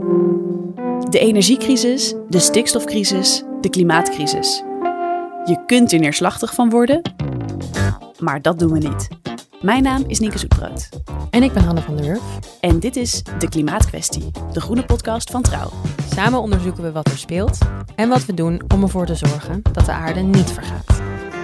De energiecrisis, de stikstofcrisis, de klimaatcrisis. Je kunt er neerslachtig van worden, maar dat doen we niet. Mijn naam is Nienke Zoetbrood. En ik ben Hanne van der Wurf. En dit is De Klimaatkwestie, de groene podcast van Trouw. Samen onderzoeken we wat er speelt en wat we doen om ervoor te zorgen dat de aarde niet vergaat.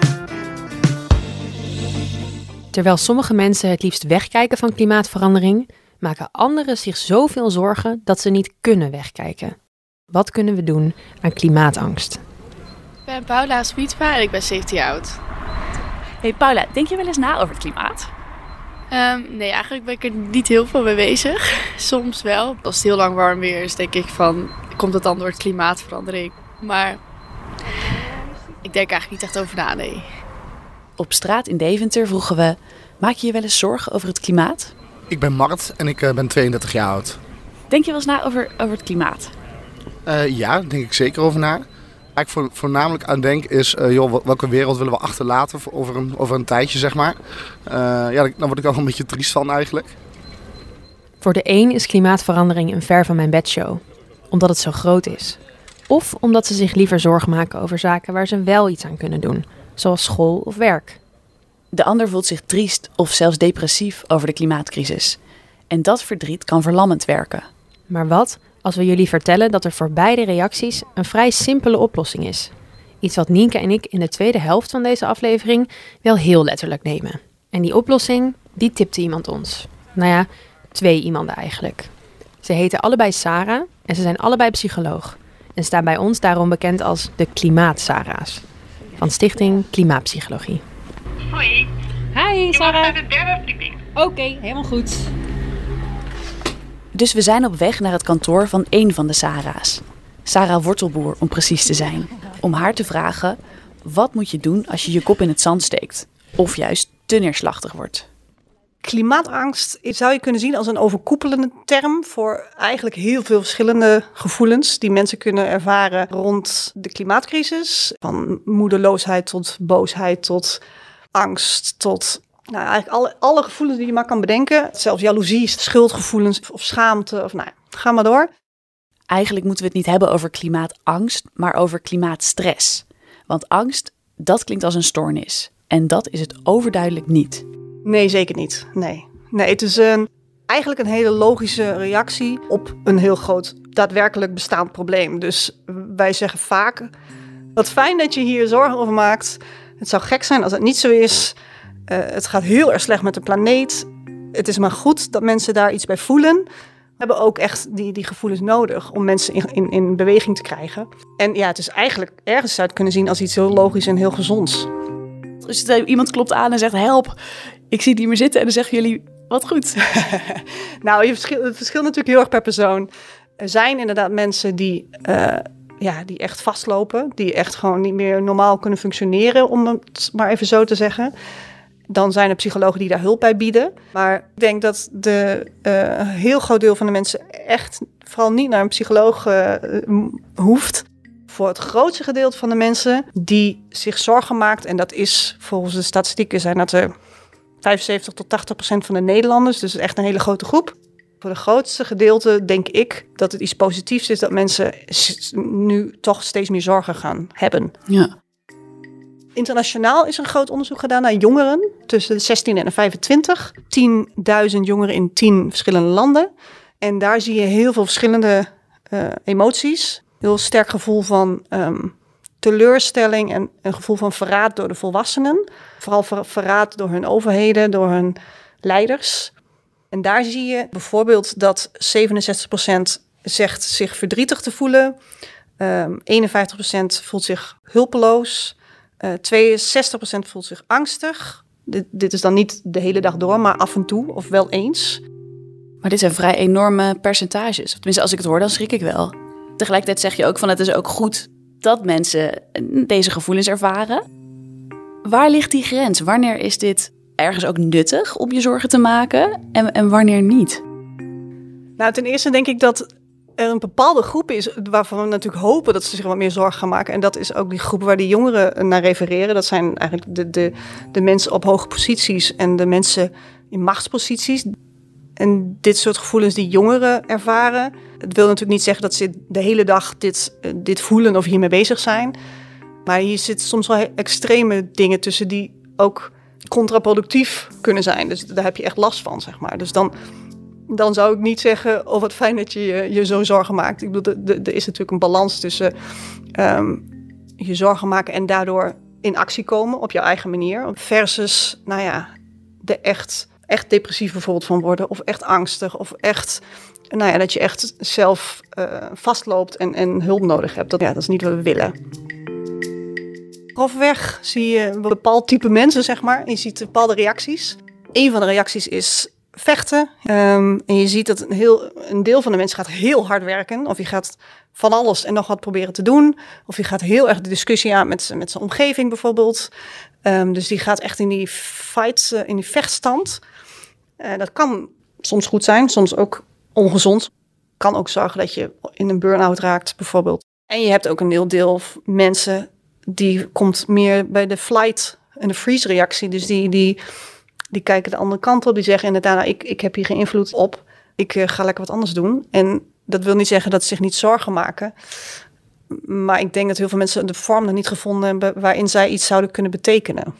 Terwijl sommige mensen het liefst wegkijken van klimaatverandering, maken anderen zich zoveel zorgen dat ze niet kunnen wegkijken. Wat kunnen we doen aan klimaatangst? Ik ben Paula Smietsma en ik ben 17 jaar oud. Hey Paula, denk je wel eens na over het klimaat? Nee, eigenlijk ben ik er niet heel veel mee bezig. Soms wel. Als het heel lang warm weer is, denk ik van, komt het dan door het klimaatverandering? Maar ik denk eigenlijk niet echt over na, nee. Op straat in Deventer vroegen we, maak je je wel eens zorgen over het klimaat? Ik ben Mart en ik ben 32 jaar oud. Denk je wel eens na over het klimaat? Ja, daar denk ik zeker over na. Eigenlijk voornamelijk aan denk is, welke wereld willen we achterlaten over een tijdje, zeg maar. Daar word ik al een beetje triest van eigenlijk. Voor de een is klimaatverandering een ver van mijn bedshow, omdat het zo groot is. Of omdat ze zich liever zorgen maken over zaken waar ze wel iets aan kunnen doen, zoals school of werk. De ander voelt zich triest of zelfs depressief over de klimaatcrisis. En dat verdriet kan verlammend werken. Maar wat als we jullie vertellen dat er voor beide reacties een vrij simpele oplossing is? Iets wat Nienke en ik in de tweede helft van deze aflevering wel heel letterlijk nemen. En die oplossing, die tipte iemand ons. Nou ja, 2 iemanden eigenlijk. Ze heten allebei Sarah en ze zijn allebei psycholoog. En staan bij ons daarom bekend als de Klimaat-Sara's. Van Stichting Klimaatpsychologie. Hoi. Hi Sarah. Je mag naar de derde verdieping. Oké, helemaal goed. Dus we zijn op weg naar het kantoor van één van de Sara's. Sarah Wortelboer, om precies te zijn. Om haar te vragen, wat moet je doen als je je kop in het zand steekt? Of juist te neerslachtig wordt. Klimaatangst zou je kunnen zien als een overkoepelende term voor eigenlijk heel veel verschillende gevoelens die mensen kunnen ervaren rond de klimaatcrisis. Van moedeloosheid tot boosheid tot angst tot eigenlijk alle gevoelens die je maar kan bedenken. Zelfs jaloezie, schuldgevoelens of schaamte of ga maar door. Eigenlijk moeten we het niet hebben over klimaatangst, maar over klimaatstress. Want angst, dat klinkt als een stoornis. En dat is het overduidelijk niet. Nee, zeker niet. Nee, het is eigenlijk een hele logische reactie op een heel groot daadwerkelijk bestaand probleem. Dus wij zeggen vaak, wat fijn dat je hier zorgen over maakt. Het zou gek zijn als het niet zo is. Het gaat heel erg slecht met de planeet. Het is maar goed dat mensen daar iets bij voelen. We hebben ook echt die gevoelens nodig om mensen in beweging te krijgen. En ja, het is eigenlijk ergens zou het kunnen zien als iets heel logisch en heel gezonds. Dus iemand klopt aan en zegt, help, ik zie het niet meer zitten. En dan zeggen jullie, wat goed. Nou, het verschilt natuurlijk heel erg per persoon. Er zijn inderdaad mensen die echt vastlopen. Die echt gewoon niet meer normaal kunnen functioneren, om het maar even zo te zeggen. Dan zijn er psychologen die daar hulp bij bieden. Maar ik denk dat een heel groot deel van de mensen echt vooral niet naar een psycholoog hoeft. Voor het grootste gedeelte van de mensen die zich zorgen maakt, en dat is volgens de statistieken zijn dat er 75 tot 80% van de Nederlanders, dus echt een hele grote groep. Voor het grootste gedeelte denk ik dat het iets positiefs is dat mensen nu toch steeds meer zorgen gaan hebben. Ja. Internationaal is een groot onderzoek gedaan naar jongeren tussen de 16 en de 25. 10.000 jongeren in 10 verschillende landen. En daar zie je heel veel verschillende emoties. Heel sterk gevoel van teleurstelling en een gevoel van verraad door de volwassenen. Vooral verraad door hun overheden, door hun leiders. En daar zie je bijvoorbeeld dat 67% zegt zich verdrietig te voelen. 51% voelt zich hulpeloos. 62% voelt zich angstig. Dit is dan niet de hele dag door, maar af en toe of wel eens. Maar dit zijn vrij enorme percentages. Tenminste, als ik het hoor, dan schrik ik wel. Tegelijkertijd zeg je ook van het is ook goed dat mensen deze gevoelens ervaren. Waar ligt die grens? Wanneer is dit ergens ook nuttig om je zorgen te maken en wanneer niet? Nou, ten eerste denk ik dat er een bepaalde groep is waarvan we natuurlijk hopen dat ze zich wat meer zorgen gaan maken. En dat is ook die groep waar die jongeren naar refereren. Dat zijn eigenlijk de mensen op hoge posities en de mensen in machtsposities. En dit soort gevoelens die jongeren ervaren, het wil natuurlijk niet zeggen dat ze de hele dag dit voelen of hiermee bezig zijn. Maar hier zitten soms wel extreme dingen tussen die ook contraproductief kunnen zijn. Dus daar heb je echt last van, zeg maar. Dus dan zou ik niet zeggen, oh wat fijn dat je je zo zorgen maakt. Ik bedoel, er is natuurlijk een balans tussen je zorgen maken en daardoor in actie komen op jouw eigen manier. Versus, de echt depressief bijvoorbeeld van worden. Of echt angstig. Of echt, dat je echt zelf vastloopt en hulp nodig hebt. Dat is niet wat we willen. Grofweg zie je een bepaald type mensen, zeg maar. Je ziet bepaalde reacties. Een van de reacties is vechten. En je ziet dat een deel van de mensen gaat heel hard werken. Of je gaat van alles en nog wat proberen te doen. Of je gaat heel erg de discussie aan met zijn omgeving bijvoorbeeld. Dus die gaat echt in die fight, in die vechtstand. Dat kan soms goed zijn, soms ook ongezond. Kan ook zorgen dat je in een burn-out raakt bijvoorbeeld. En je hebt ook een heel deel mensen die komt meer bij de flight en de freeze reactie. Dus die kijken de andere kant op. Die zeggen inderdaad, ik heb hier geen invloed op. Ik ga lekker wat anders doen. En dat wil niet zeggen dat ze zich niet zorgen maken. Maar ik denk dat heel veel mensen de vorm nog niet gevonden hebben waarin zij iets zouden kunnen betekenen.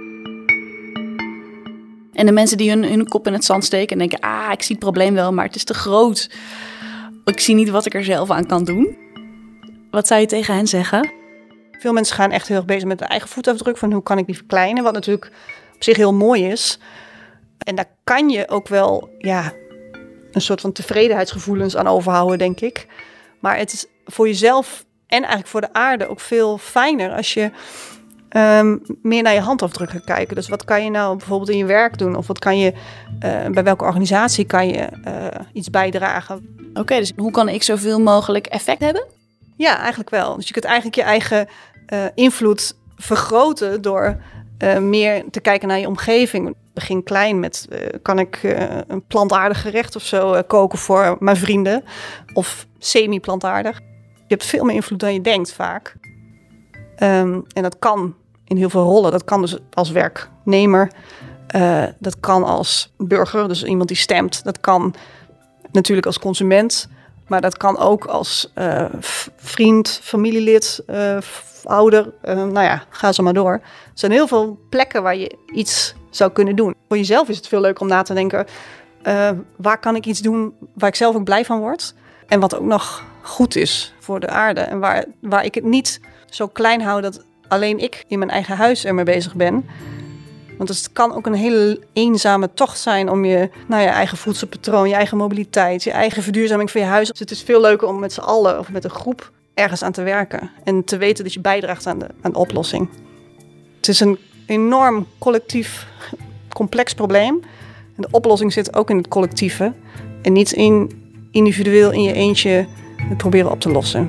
En de mensen die hun kop in het zand steken en denken, ik zie het probleem wel, maar het is te groot. Ik zie niet wat ik er zelf aan kan doen. Wat zou je tegen hen zeggen? Veel mensen gaan echt heel erg bezig met de eigen voetafdruk. Van hoe kan ik die verkleinen? Wat natuurlijk op zich heel mooi is. En daar kan je ook wel een soort van tevredenheidsgevoelens aan overhouden, denk ik. Maar het is voor jezelf en eigenlijk voor de aarde ook veel fijner als je meer naar je handafdruk gaat kijken. Dus wat kan je nou bijvoorbeeld in je werk doen? Of wat kan je bij welke organisatie kan je iets bijdragen? Oké, dus hoe kan ik zoveel mogelijk effect hebben? Ja, eigenlijk wel. Dus je kunt eigenlijk je eigen invloed vergroten door meer te kijken naar je omgeving. Begin klein met, kan ik een plantaardig gerecht of zo koken voor mijn vrienden? Of semi-plantaardig. Je hebt veel meer invloed dan je denkt vaak. En dat kan in heel veel rollen. Dat kan dus als werknemer. Dat kan als burger, dus iemand die stemt. Dat kan natuurlijk als consument. Maar dat kan ook als vriend, familielid, ouder. Ga zo maar door. Er zijn heel veel plekken waar je iets zou kunnen doen. Voor jezelf is het veel leuker om na te denken, waar kan ik iets doen waar ik zelf ook blij van word? En wat ook nog goed is voor de aarde. En waar ik het niet zo klein hou dat alleen ik in mijn eigen huis ermee bezig ben. Want het kan ook een hele eenzame tocht zijn om je eigen voedselpatroon, je eigen mobiliteit, je eigen verduurzaming van je huis. Dus het is veel leuker om met z'n allen of met een groep ergens aan te werken. En te weten dat je bijdraagt aan de oplossing. Het is een enorm collectief, complex probleem. En de oplossing zit ook in het collectieve. En niet individueel in je eentje het proberen op te lossen.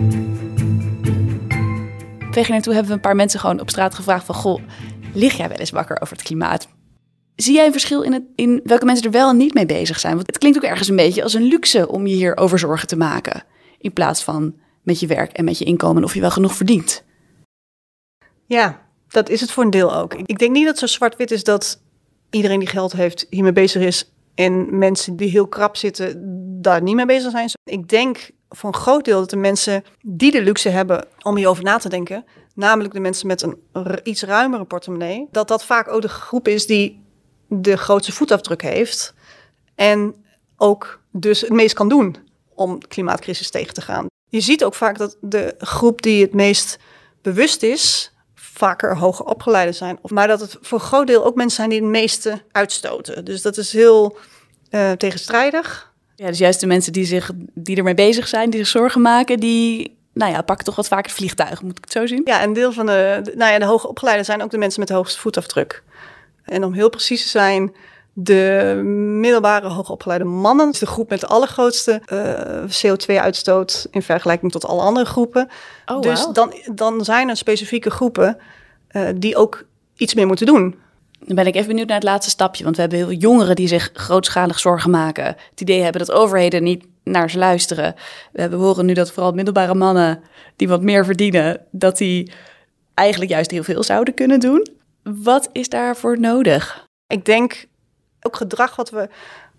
Tegen naartoe hebben we een paar mensen gewoon op straat gevraagd van, goh, lig jij wel eens wakker over het klimaat? Zie jij een verschil in welke mensen er wel en niet mee bezig zijn? Want het klinkt ook ergens een beetje als een luxe om je hierover zorgen te maken. In plaats van met je werk en met je inkomen of je wel genoeg verdient. Ja, dat is het voor een deel ook. Ik denk niet dat het zo zwart-wit is dat iedereen die geld heeft hiermee bezig is. En mensen die heel krap zitten daar niet mee bezig zijn. Ik denk voor een groot deel dat de mensen die de luxe hebben om hierover na te denken, namelijk de mensen met een iets ruimere portemonnee, dat vaak ook de groep is die de grootste voetafdruk heeft en ook dus het meest kan doen om de klimaatcrisis tegen te gaan. Je ziet ook vaak dat de groep die het meest bewust is, vaker hoger opgeleiden zijn. Maar dat het voor een groot deel ook mensen zijn die het meeste uitstoten. Dus dat is heel tegenstrijdig. Ja, dus juist de mensen die ermee bezig zijn, die zich zorgen maken, die pakken toch wat vaker het vliegtuig, moet ik het zo zien? Ja, een deel van de hoger opgeleiden zijn ook de mensen met de hoogste voetafdruk. En om heel precies te zijn, de middelbare hoogopgeleide mannen is de groep met de allergrootste CO2-uitstoot in vergelijking tot alle andere groepen. Oh, dus wow. dan zijn er specifieke groepen die ook iets meer moeten doen. Dan ben ik even benieuwd naar het laatste stapje. Want we hebben heel veel jongeren die zich grootschalig zorgen maken. Het idee hebben dat overheden niet naar ze luisteren. We horen nu dat vooral middelbare mannen die wat meer verdienen, dat die eigenlijk juist heel veel zouden kunnen doen. Wat is daarvoor nodig? Ik denk ook gedrag wat we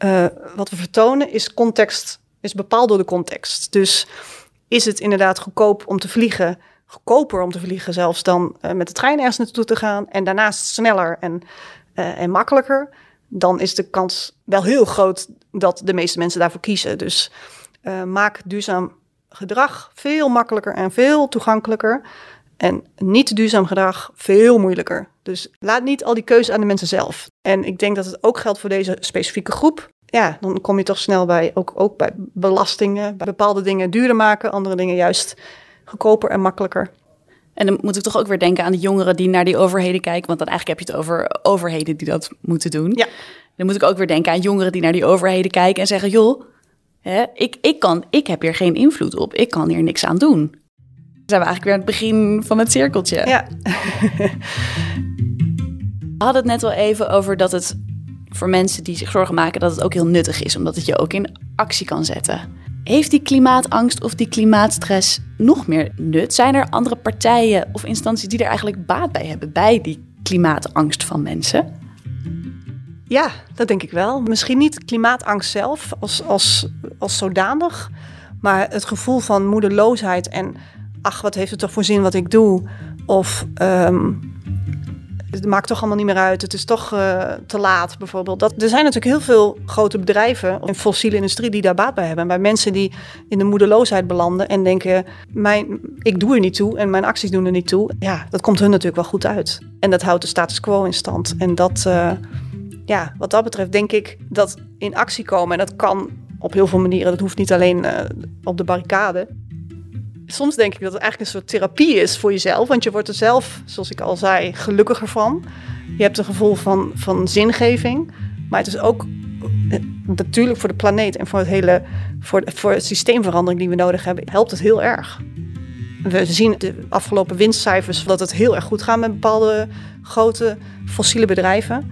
wat we vertonen is bepaald door de context. Dus is het inderdaad goedkoper om te vliegen zelfs dan met de trein ergens naartoe te gaan en daarnaast sneller en makkelijker, dan is de kans wel heel groot dat de meeste mensen daarvoor kiezen. Dus maak duurzaam gedrag veel makkelijker en veel toegankelijker en niet duurzaam gedrag veel moeilijker. Dus laat niet al die keuze aan de mensen zelf. En ik denk dat het ook geldt voor deze specifieke groep. Ja, dan kom je toch snel bij, ook bij belastingen, bij bepaalde dingen duurder maken, andere dingen juist goedkoper en makkelijker. En dan moet ik toch ook weer denken aan de jongeren die naar die overheden kijken, want dan eigenlijk heb je het over overheden die dat moeten doen. Ja. Dan moet ik ook weer denken aan jongeren die naar die overheden kijken en zeggen, joh, ik heb hier geen invloed op, ik kan hier niks aan doen. Dan zijn we eigenlijk weer aan het begin van het cirkeltje. Ja. We hadden het net al even over dat het voor mensen die zich zorgen maken, dat het ook heel nuttig is, omdat het je ook in actie kan zetten. Heeft die klimaatangst of die klimaatstress nog meer nut? Zijn er andere partijen of instanties die er eigenlijk baat bij hebben, bij die klimaatangst van mensen? Ja, dat denk ik wel. Misschien niet klimaatangst zelf als zodanig, maar het gevoel van moedeloosheid en ach, wat heeft het toch voor zin wat ik doe? Of het maakt toch allemaal niet meer uit. Het is toch te laat bijvoorbeeld. Er zijn natuurlijk heel veel grote bedrijven in fossiele industrie die daar baat bij hebben. En bij mensen die in de moedeloosheid belanden en denken, ik doe er niet toe en mijn acties doen er niet toe. Ja, dat komt hun natuurlijk wel goed uit. En dat houdt de status quo in stand. En dat, wat dat betreft denk ik dat in actie komen, en dat kan op heel veel manieren. Dat hoeft niet alleen op de barricade. Soms denk ik dat het eigenlijk een soort therapie is voor jezelf. Want je wordt er zelf, zoals ik al zei, gelukkiger van. Je hebt een gevoel van zingeving. Maar het is ook natuurlijk voor de planeet en voor het systeemverandering die we nodig hebben, helpt het heel erg. We zien de afgelopen winstcijfers dat het heel erg goed gaat met bepaalde grote fossiele bedrijven.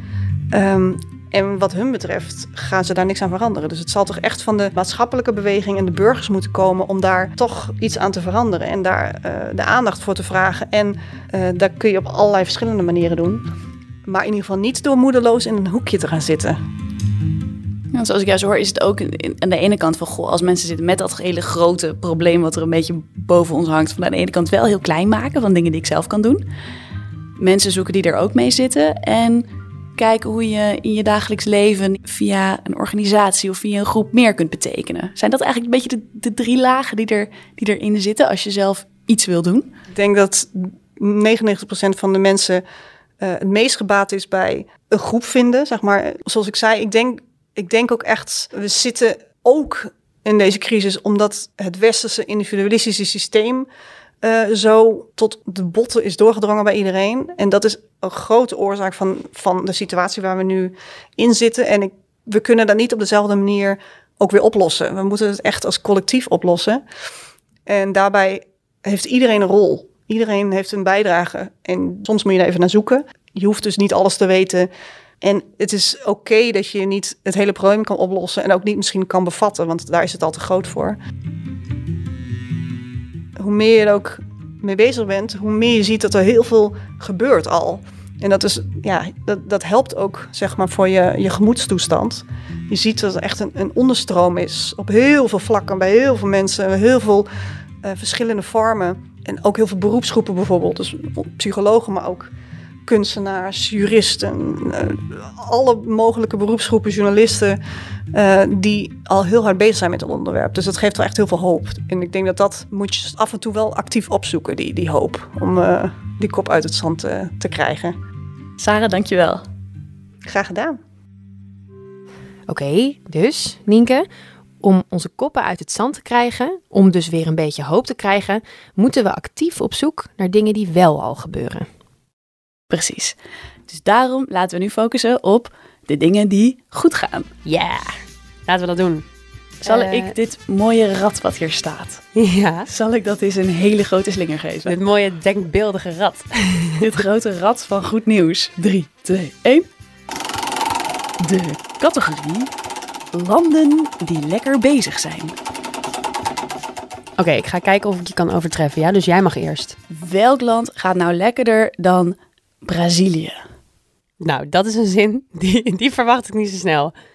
En wat hun betreft gaan ze daar niks aan veranderen. Dus het zal toch echt van de maatschappelijke beweging en de burgers moeten komen om daar toch iets aan te veranderen. En daar de aandacht voor te vragen. En dat kun je op allerlei verschillende manieren doen. Maar in ieder geval niet door moedeloos in een hoekje te gaan zitten. Ja, zoals ik jou zo hoor, is het ook aan de ene kant van, als mensen zitten met dat hele grote probleem wat er een beetje boven ons hangt, van aan de ene kant wel heel klein maken van dingen die ik zelf kan doen. Mensen zoeken die er ook mee zitten en kijken hoe je in je dagelijks leven via een organisatie of via een groep meer kunt betekenen. Zijn dat eigenlijk een beetje de 3 lagen die erin zitten als je zelf iets wil doen? Ik denk dat 99% van de mensen het meest gebaat is bij een groep vinden. Zeg maar, zoals ik zei, ik denk ook echt, we zitten ook in deze crisis omdat het westerse individualistische systeem zo tot de botten is doorgedrongen bij iedereen. En dat is een grote oorzaak van de situatie waar we nu in zitten. En we kunnen dat niet op dezelfde manier ook weer oplossen. We moeten het echt als collectief oplossen. En daarbij heeft iedereen een rol. Iedereen heeft een bijdrage. En soms moet je er even naar zoeken. Je hoeft dus niet alles te weten. En het is oké dat je niet het hele probleem kan oplossen en ook niet misschien kan bevatten, want daar is het al te groot voor. Hoe meer je er ook mee bezig bent, hoe meer je ziet dat er heel veel gebeurt al. En dat is, dat helpt ook, zeg maar, voor je gemoedstoestand. Je ziet dat er echt een onderstroom is op heel veel vlakken, bij heel veel mensen, heel veel verschillende vormen. En ook heel veel beroepsgroepen bijvoorbeeld, dus psychologen, maar ook kunstenaars, juristen, alle mogelijke beroepsgroepen, journalisten, die al heel hard bezig zijn met het onderwerp. Dus dat geeft wel echt heel veel hoop. En ik denk dat moet je af en toe wel actief opzoeken, die hoop, om die kop uit het zand te krijgen. Sarah, dankjewel. Graag gedaan. Oké, dus Nienke, om onze koppen uit het zand te krijgen, om dus weer een beetje hoop te krijgen, moeten we actief op zoek naar dingen die wel al gebeuren. Precies. Dus daarom laten we nu focussen op de dingen die goed gaan. Ja, laten we dat doen. Zal ik dit mooie rad wat hier staat, zal ik dat eens een hele grote slinger geven? Dit mooie denkbeeldige rad. Dit grote rad van goed nieuws. 3, 2, 1. De categorie landen die lekker bezig zijn. Oké, ik ga kijken of ik je kan overtreffen. Ja, dus jij mag eerst. Welk land gaat nou lekkerder dan Brazilië? Nou, dat is een zin die verwacht ik niet zo snel.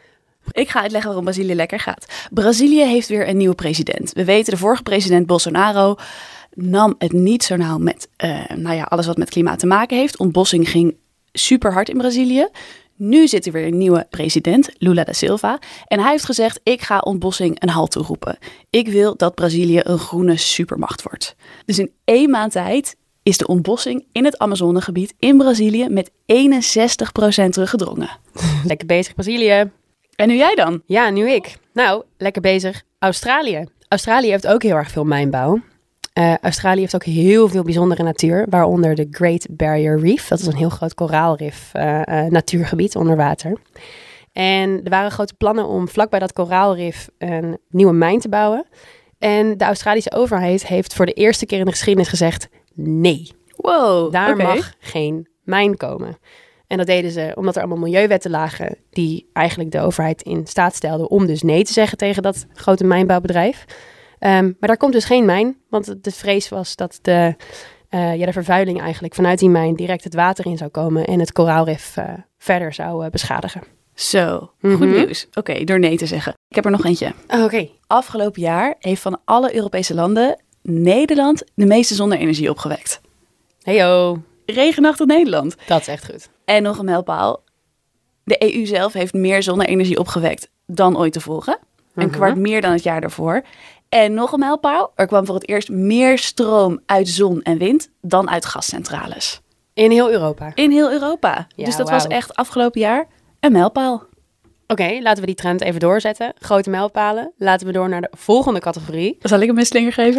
Ik ga uitleggen waarom Brazilië lekker gaat. Brazilië heeft weer een nieuwe president. We weten, de vorige president Bolsonaro nam het niet zo nauw met alles wat met klimaat te maken heeft. Ontbossing ging super hard in Brazilië. Nu zit er weer een nieuwe president, Lula da Silva. En hij heeft gezegd, ik ga ontbossing een halt toeroepen. Ik wil dat Brazilië een groene supermacht wordt. Dus in 1 maand tijd is de ontbossing in het Amazonegebied in Brazilië met 61% teruggedrongen. Lekker bezig, Brazilië. En nu jij dan? Ja, nu ik. Nou, lekker bezig. Australië. Australië heeft ook heel erg veel mijnbouw. Australië heeft ook heel veel bijzondere natuur, waaronder de Great Barrier Reef. Dat is een heel groot koraalrif natuurgebied onder water. En er waren grote plannen om vlakbij dat koraalrif een nieuwe mijn te bouwen. En de Australische overheid heeft voor de eerste keer in de geschiedenis gezegd, nee, Wow, daar oké. mag geen mijn komen. En dat deden ze omdat er allemaal milieuwetten lagen die eigenlijk de overheid in staat stelden om dus nee te zeggen tegen dat grote mijnbouwbedrijf. Maar daar komt dus geen mijn, want de vrees was dat de vervuiling eigenlijk vanuit die mijn direct het water in zou komen en het koraalrif verder zou beschadigen. Zo, Mhm. goed nieuws. Oké, door nee te zeggen. Ik heb er nog eentje. Oké. Afgelopen jaar heeft van alle Europese landen Nederland de meeste zonne-energie opgewekt. Heyo, Regenachtig Nederland. dat is echt goed. En nog een mijlpaal. De EU zelf heeft meer zonne-energie opgewekt dan ooit tevoren. Een kwart meer dan het jaar daarvoor. En nog een mijlpaal. Er kwam voor het eerst meer stroom uit zon en wind dan uit gascentrales. In heel Europa. In heel Europa. Ja, Dus dat was wauw. echt afgelopen jaar een mijlpaal. Oké, laten we die trend even doorzetten. Grote mijlpalen. Laten we door naar de volgende categorie. Zal ik hem een slinger geven?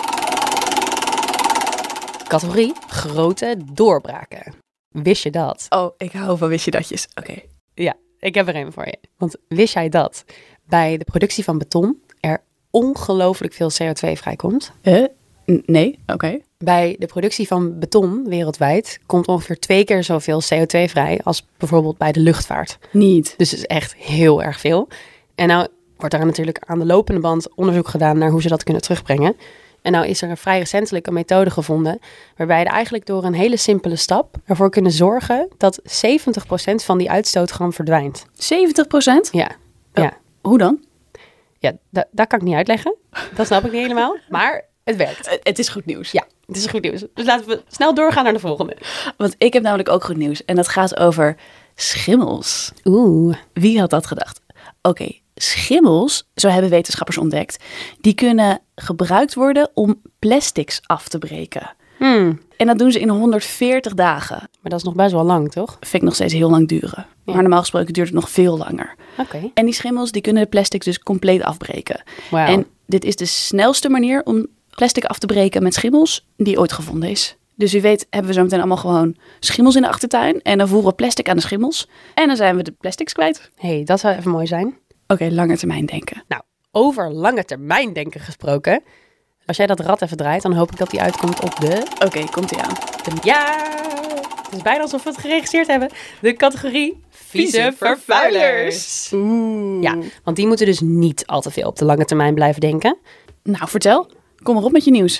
Categorie grote doorbraken. Wist je dat? Oh, ik hou van wist je datjes. Oké. Ja, ik heb er een voor je. Want wist jij dat bij de productie van beton er ongelooflijk veel CO2 vrijkomt? Nee, oké. Bij de productie van beton wereldwijd komt ongeveer 2 keer zoveel CO2 vrij als bijvoorbeeld bij de luchtvaart. Niet. Dus het is echt heel erg veel. En nou wordt er natuurlijk aan de lopende band onderzoek gedaan naar hoe ze dat kunnen terugbrengen. En nou is er een vrij recentelijk een methode gevonden waarbij je eigenlijk door een hele simpele stap ervoor kunnen zorgen dat 70% van die uitstoot gewoon verdwijnt. 70%? Ja, Oh. ja. Hoe dan? Ja, dat kan ik niet uitleggen. Dat snap ik niet helemaal. Maar het werkt. Het is goed nieuws. Ja, het is goed nieuws. Dus laten we snel doorgaan naar de volgende. Want ik heb namelijk ook goed nieuws. En dat gaat over schimmels. Oeh. Wie had dat gedacht? Oké, schimmels, zo hebben wetenschappers ontdekt, die kunnen gebruikt worden om plastics af te breken. En dat doen ze in 140 dagen. Maar dat is nog best wel lang, toch? Vind ik nog steeds heel lang duren. Ja. Maar normaal gesproken duurt het nog veel langer. Oké. En die schimmels die kunnen de plastics dus compleet afbreken. Wauw. En dit is de snelste manier om plastic af te breken met schimmels die ooit gevonden is. Dus u weet, hebben we zo meteen allemaal gewoon schimmels in de achtertuin. En dan voeren we plastic aan de schimmels. En dan zijn we de plastics kwijt. Hey, dat zou even mooi zijn. Oké, lange termijn denken. Nou, over lange termijn denken gesproken. Als jij dat rad even draait, dan hoop ik dat die uitkomt op de... Oké, komt-ie aan. Ja! Het is bijna alsof we het geregistreerd hebben. De categorie vieze vervuilers. Oeh. Ja, want die moeten dus niet al te veel op de lange termijn blijven denken. Nou, vertel. Kom maar op met je nieuws.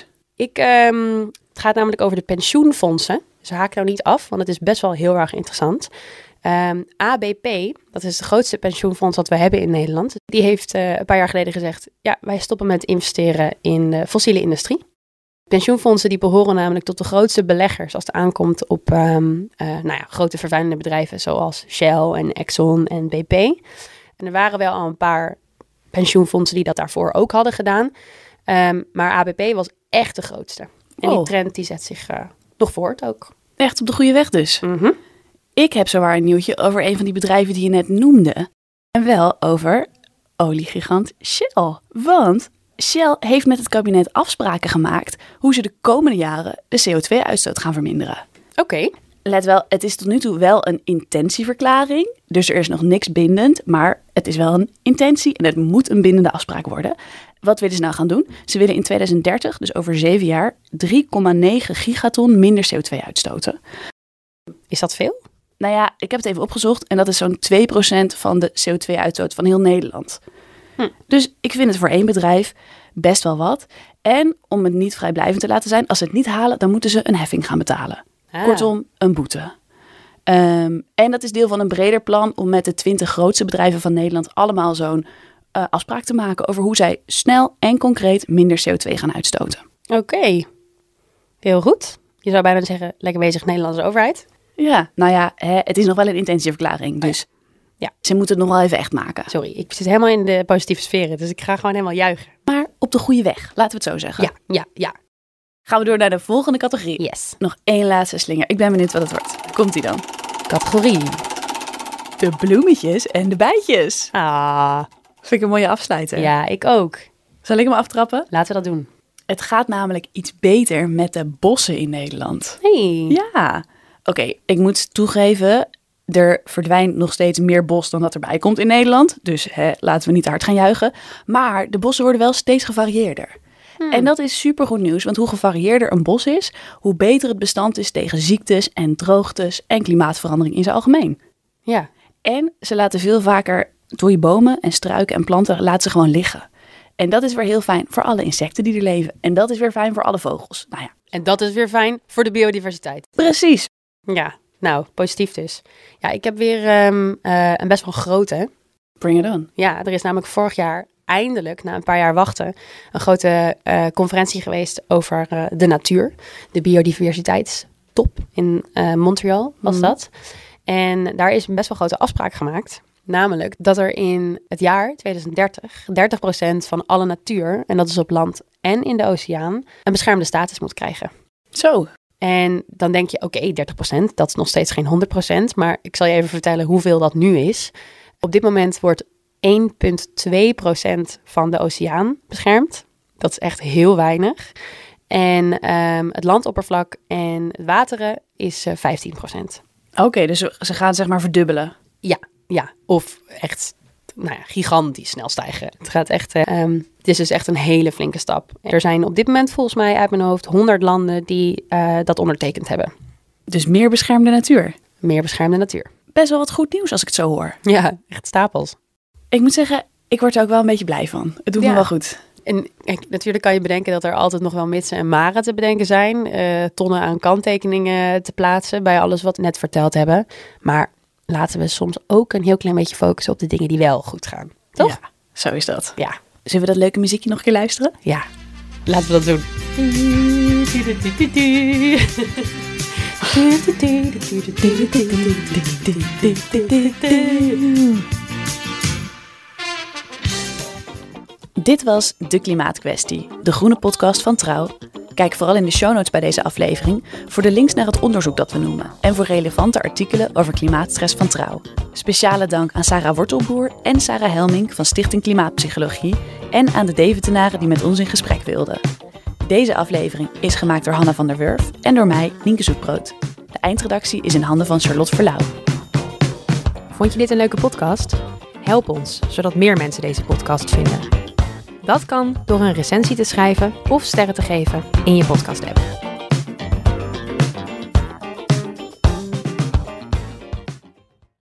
Het gaat namelijk over de pensioenfondsen. Dus haak nou niet af, want het is best wel heel erg interessant. ABP, dat is het grootste pensioenfonds dat we hebben in Nederland. Die heeft een paar jaar geleden gezegd, ja, wij stoppen met investeren in de fossiele industrie. Pensioenfondsen die behoren namelijk tot de grootste beleggers als het aankomt op grote vervuilende bedrijven zoals Shell en Exxon en BP. En er waren wel al een paar pensioenfondsen die dat daarvoor ook hadden gedaan. Maar ABP was echt de grootste. En die Oh. trend die zet zich nog voort ook. Echt op de goede weg dus. Mhm. Ik heb zowaar een nieuwtje over een van die bedrijven die je net noemde. En wel over oliegigant Shell. Want Shell heeft met het kabinet afspraken gemaakt hoe ze de komende jaren de CO2-uitstoot gaan verminderen. Oké. Let wel, het is tot nu toe wel een intentieverklaring. Dus er is nog niks bindend, maar het is wel een intentie en het moet een bindende afspraak worden. Wat willen ze nou gaan doen? Ze willen in 2030, dus over 7 jaar, 3,9 gigaton minder CO2 uitstoten. Is dat veel? Nou ja, ik heb het even opgezocht en dat is zo'n 2% van de CO2-uitstoot van heel Nederland. Dus ik vind het voor één bedrijf best wel wat. En om het niet vrijblijvend te laten zijn, als ze het niet halen, dan moeten ze een heffing gaan betalen. Ah. Kortom, een boete. En dat is deel van een breder plan om met de 20 grootste bedrijven van Nederland allemaal zo'n afspraak te maken over hoe zij snel en concreet minder CO2 gaan uitstoten. Oké. Heel goed. Je zou bijna zeggen, lekker bezig Nederlandse overheid. Ja, nou ja, het is nog wel een intentieverklaring, dus Ja. ze moeten het nog wel even echt maken. Sorry, ik zit helemaal in de positieve sferen, dus ik ga gewoon helemaal juichen. Maar op de goede weg, laten we het zo zeggen. Ja. Gaan we door naar de volgende categorie. Yes. Nog één laatste slinger. Ik ben benieuwd wat het wordt. Komt-ie dan? Categorie. De bloemetjes en de bijtjes. Ah, Vind ik een mooie afsluiter. ja, ik ook. Zal ik hem aftrappen? Laten we dat doen. Het gaat namelijk iets beter met de bossen in Nederland. Hey. Ja. Oké, ik moet toegeven, er verdwijnt nog steeds meer bos dan dat erbij komt in Nederland. Dus laten we niet te hard gaan juichen. Maar de bossen worden wel steeds gevarieerder. En dat is supergoed nieuws, want hoe gevarieerder een bos is, hoe beter het bestand is tegen ziektes en droogtes en klimaatverandering in zijn algemeen. Ja. En ze laten veel vaker dode bomen en struiken en planten laten ze gewoon liggen. En dat is weer heel fijn voor alle insecten die er leven. En dat is weer fijn voor alle vogels. Nou ja, En dat is weer fijn voor de biodiversiteit. precies. Ja, nou, positief dus. Ja, ik heb weer een best wel grote. Bring it on. Ja, er is namelijk vorig jaar eindelijk, na een paar jaar wachten, een grote conferentie geweest over de natuur. De biodiversiteitstop in Montreal was dat. En daar is een best wel grote afspraak gemaakt. Namelijk dat er in het jaar 2030 30% van alle natuur, en dat is op land en in de oceaan, een beschermde status moet krijgen. Zo. En dan denk je, oké, 30%, dat is nog steeds geen 100%. Maar ik zal je even vertellen hoeveel dat nu is. Op dit moment wordt 1,2% van de oceaan beschermd. Dat is echt heel weinig. En het landoppervlak en het wateren is 15%. Oké, dus ze gaan zeg maar verdubbelen. Ja, of echt gigantisch snel stijgen. Het gaat echt, het is dus echt een hele flinke stap. Er zijn op dit moment volgens mij uit mijn hoofd 100 landen die dat ondertekend hebben. Dus meer beschermde natuur. Meer beschermde natuur. Best wel wat goed nieuws als ik het zo hoor. Ja, echt stapels. Ik moet zeggen, ik word er ook wel een beetje blij van. Het doet me wel goed. En kijk, natuurlijk kan je bedenken dat er altijd nog wel mitsen en maren te bedenken zijn. Tonnen aan kanttekeningen te plaatsen bij alles wat we net verteld hebben. Maar laten we soms ook een heel klein beetje focussen op de dingen die wel goed gaan. Toch? Ja, zo is dat. Ja. Zullen we dat leuke muziekje nog een keer luisteren? Ja. Laten we dat doen. Dit was De Klimaatkwestie, de groene podcast van Trouw. Kijk vooral in de show notes bij deze aflevering voor de links naar het onderzoek dat we noemen en voor relevante artikelen over klimaatstress van Trouw. Speciale dank aan Sarah Wortelboer en Sarah Helmink van Stichting Klimaatpsychologie en aan de Deventenaren die met ons in gesprek wilden. Deze aflevering is gemaakt door Hanna van der Wurf en door mij, Nienke Zoetbrood. De eindredactie is in handen van Charlotte Verlauw. Vond je dit een leuke podcast? Help ons, zodat meer mensen deze podcast vinden. Dat kan door een recensie te schrijven of sterren te geven in je podcast-app.